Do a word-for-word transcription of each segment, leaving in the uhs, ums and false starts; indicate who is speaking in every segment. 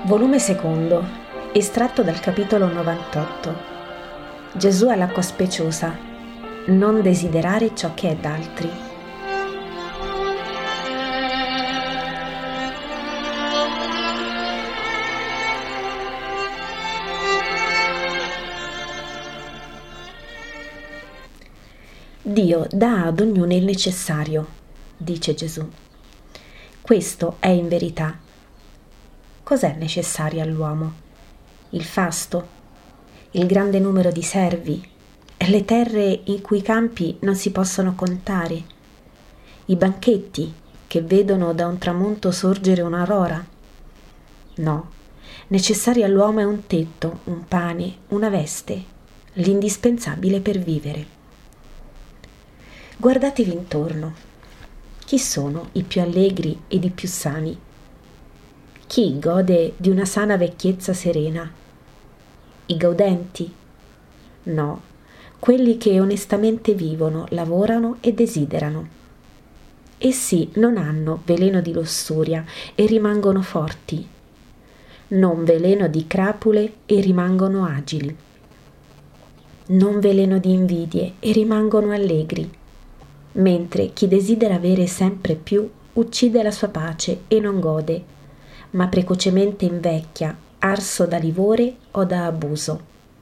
Speaker 1: Volume secondo, estratto dal capitolo novantotto. Gesù all'acqua speciosa. Non desiderare ciò che è d'altri. Dio dà ad ognuno il necessario, dice Gesù. Questo è in verità. Cos'è necessario all'uomo? Il fasto, il grande numero di servi, le terre in cui i campi non si possono contare, i banchetti che vedono da un tramonto sorgere un'aurora? No, necessario all'uomo è un tetto, un pane, una veste, l'indispensabile per vivere. Guardatevi intorno. Chi sono i più allegri ed i più sani? Chi gode di una sana vecchiezza serena? I gaudenti? No, quelli che onestamente vivono, lavorano e desiderano. Essi non hanno veleno di lussuria e rimangono forti, non veleno di crapule e rimangono agili, non veleno di invidie e rimangono allegri, mentre chi desidera avere sempre più uccide la sua pace e non gode, ma precocemente invecchia, arso da livore o da abuso.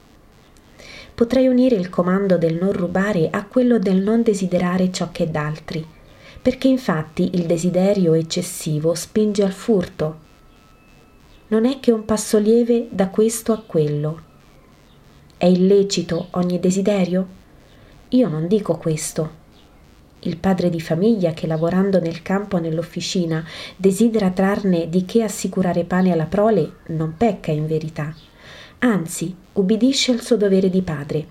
Speaker 1: Potrei unire il comando del non rubare a quello del non desiderare ciò che è d'altri, perché infatti il desiderio eccessivo spinge al furto. Non è che un passo lieve da questo a quello. È illecito ogni desiderio? Io non dico questo. Il padre di famiglia che lavorando nel campo o nell'officina desidera trarne di che assicurare pane alla prole non pecca in verità, anzi ubbidisce al suo dovere di padre.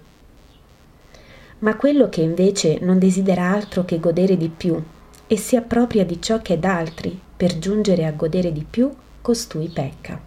Speaker 1: Ma quello che invece non desidera altro che godere di più e si appropria di ciò che è d'altri per giungere a godere di più, costui pecca.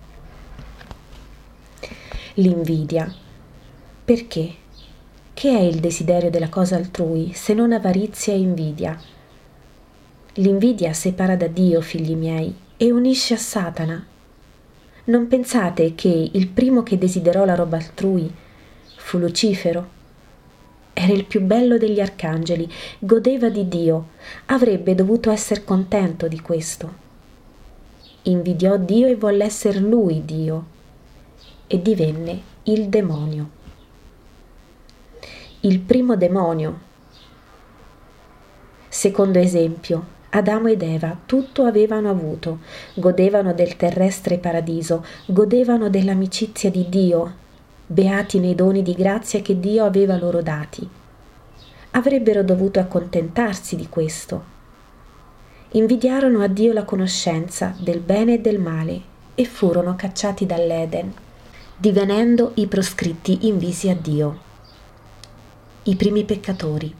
Speaker 1: L'invidia. Perché? Che è il desiderio della cosa altrui, se non avarizia e invidia? L'invidia separa da Dio, figli miei, e unisce a Satana. Non pensate che il primo che desiderò la roba altrui fu Lucifero? Era il più bello degli arcangeli, godeva di Dio, avrebbe dovuto essere contento di questo. Invidiò Dio e volle essere lui Dio, e divenne il demonio. Il primo demonio. Secondo esempio, Adamo ed Eva tutto avevano avuto, godevano del terrestre paradiso, godevano dell'amicizia di Dio, beati nei doni di grazia che Dio aveva loro dati. Avrebbero dovuto accontentarsi di questo. Invidiarono a Dio la conoscenza del bene e del male e furono cacciati dall'Eden, divenendo i proscritti invisi a Dio. I primi peccatori.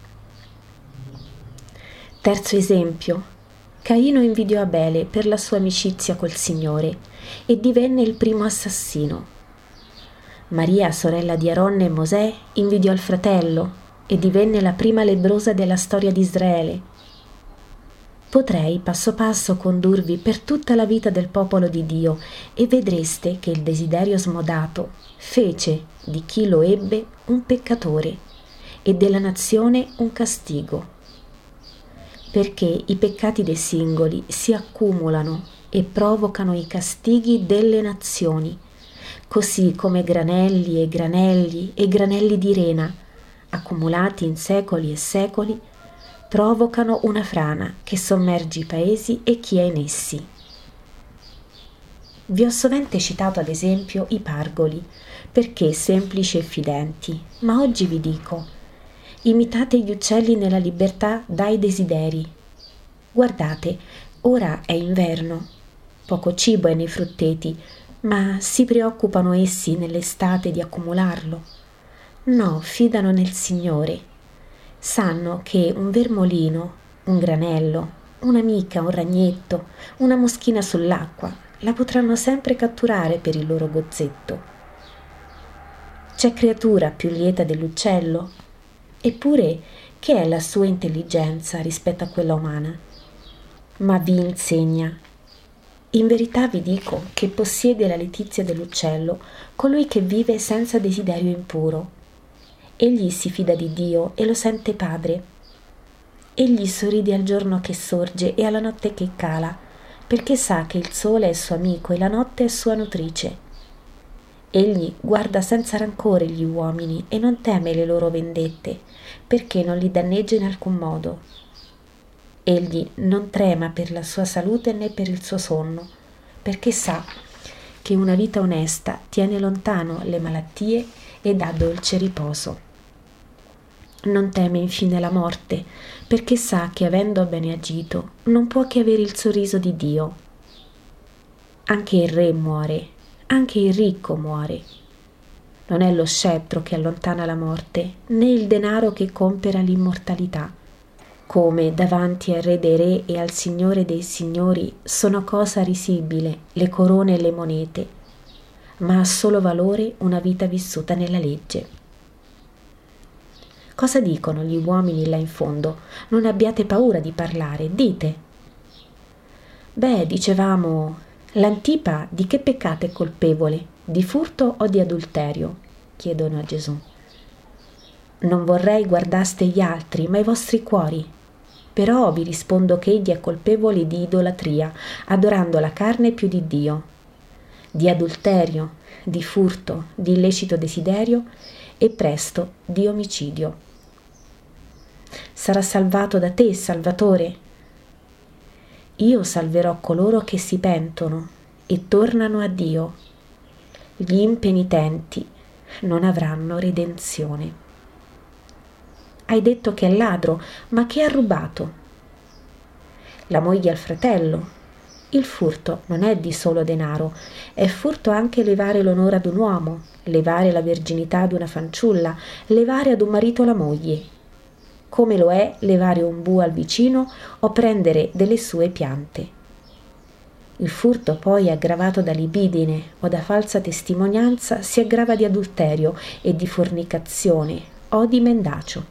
Speaker 1: Terzo esempio. Caino invidiò Abele per la sua amicizia col Signore e divenne il primo assassino. Maria, sorella di Aronne e Mosè, invidiò il fratello e divenne la prima lebbrosa della storia di Israele. Potrei passo passo condurvi per tutta la vita del popolo di Dio e vedreste che il desiderio smodato fece di chi lo ebbe un peccatore e della nazione un castigo, perché i peccati dei singoli si accumulano e provocano i castighi delle nazioni, così come granelli e granelli e granelli di rena, accumulati in secoli e secoli, provocano una frana che sommerge i paesi e chi è in essi. Vi ho sovente citato ad esempio i pargoli, perché semplici e fidenti, ma oggi vi dico: imitate gli uccelli nella libertà dai desideri. Guardate, ora è inverno, poco cibo è nei frutteti, ma si preoccupano essi nell'estate di accumularlo? No, fidano nel Signore. Sanno che un vermolino, un granello, un'amica, un ragnetto, una moschina sull'acqua la potranno sempre catturare per il loro gozzetto. C'è creatura più lieta dell'uccello? Eppure, che è la sua intelligenza rispetto a quella umana? Ma vi insegna In verità vi dico che possiede la letizia dell'uccello colui che vive senza desiderio impuro. Egli si fida di Dio e lo sente padre. Egli sorride al giorno che sorge e alla notte che cala, perché sa che il sole è suo amico e la notte è sua nutrice. Egli guarda senza rancore gli uomini e non teme le loro vendette, perché non li danneggia in alcun modo. Egli non trema per la sua salute né per il suo sonno, perché sa che una vita onesta tiene lontano le malattie e dà dolce riposo. Non teme infine la morte, perché sa che avendo bene agito non può che avere il sorriso di Dio. Anche il re muore, anche il ricco muore. Non è lo scettro che allontana la morte, né il denaro che compera l'immortalità. Come davanti al Re dei Re e al Signore dei Signori sono cosa risibile le corone e le monete, ma ha solo valore una vita vissuta nella legge. Cosa dicono gli uomini là in fondo? Non abbiate paura di parlare, dite. Beh, dicevamo, l'Antipa di che peccato è colpevole? Di furto o di adulterio? Chiedono a Gesù. Non vorrei guardaste gli altri, ma i vostri cuori. Però vi rispondo che egli è colpevole di idolatria, adorando la carne più di Dio, di adulterio, di furto, di illecito desiderio e presto di omicidio. Sarà salvato da te, Salvatore? Io salverò coloro che si pentono e tornano a Dio. Gli impenitenti non avranno redenzione. Hai detto che è ladro, ma che ha rubato? La moglie al fratello. Il furto non è di solo denaro, è furto anche levare l'onore ad un uomo, levare la verginità ad una fanciulla, levare ad un marito la moglie. Come lo è levare un bue al vicino o prendere delle sue piante. Il furto poi, aggravato da libidine o da falsa testimonianza, si aggrava di adulterio e di fornicazione o di mendacio.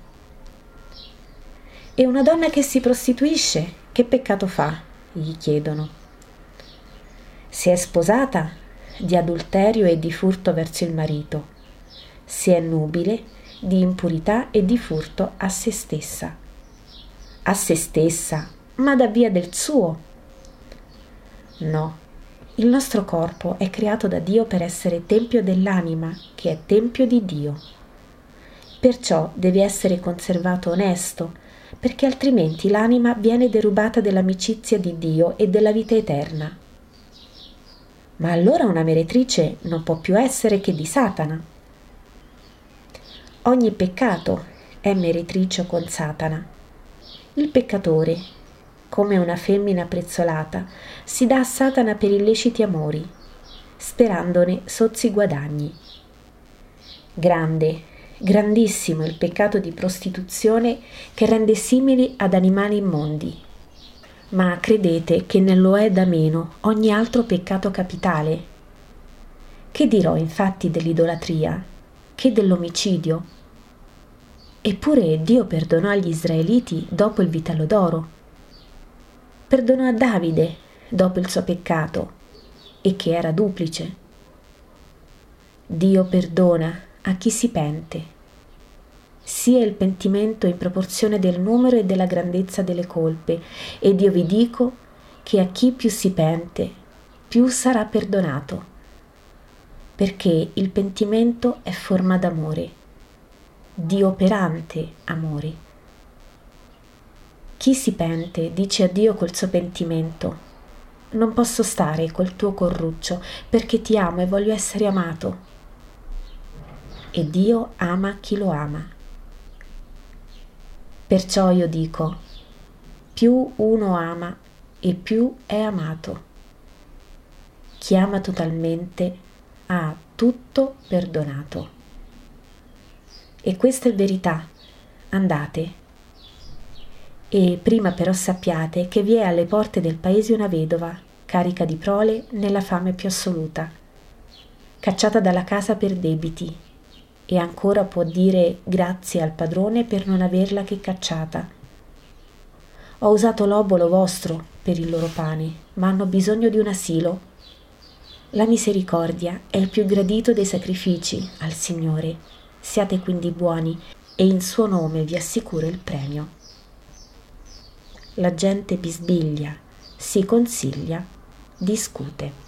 Speaker 1: E una donna che si prostituisce, che peccato fa? Gli chiedono. Se è sposata, di adulterio e di furto verso il marito. Se è nubile, di impurità e di furto a se stessa. A se stessa, ma da via del suo. No, il nostro corpo è creato da Dio per essere tempio dell'anima, che è tempio di Dio. Perciò deve essere conservato onesto, perché altrimenti l'anima viene derubata dell'amicizia di Dio e della vita eterna. Ma allora una meretrice non può più essere che di Satana. Ogni peccato è meretrice con Satana. Il peccatore, come una femmina prezzolata, si dà a Satana per illeciti amori, sperandone sozzi guadagni. Grande, grandissimo il peccato di prostituzione che rende simili ad animali immondi. Ma credete che ne lo è da meno ogni altro peccato capitale? Che dirò infatti dell'idolatria? Che dell'omicidio? Eppure Dio perdonò agli israeliti dopo il vitello d'oro. Perdonò a Davide dopo il suo peccato, e che era duplice. Dio perdona a chi si pente. Sia il pentimento in proporzione del numero e della grandezza delle colpe, ed io vi dico che a chi più si pente, più sarà perdonato, perché il pentimento è forma d'amore, di operante amore. Chi si pente dice a Dio col suo pentimento: non posso stare col tuo corruccio, perché ti amo e voglio essere amato. E Dio ama chi lo ama. Perciò io dico, più uno ama e più è amato. Chi ama totalmente ha tutto perdonato. E questa è verità. Andate. E prima però sappiate che vi è alle porte del paese una vedova, carica di prole nella fame più assoluta, cacciata dalla casa per debiti, e ancora può dire grazie al padrone per non averla che cacciata. Ho usato l'obolo vostro per il loro pane, ma hanno bisogno di un asilo. La misericordia è il più gradito dei sacrifici al Signore. Siate quindi buoni e in suo nome vi assicuro il premio. La gente bisbiglia, si consiglia, discute.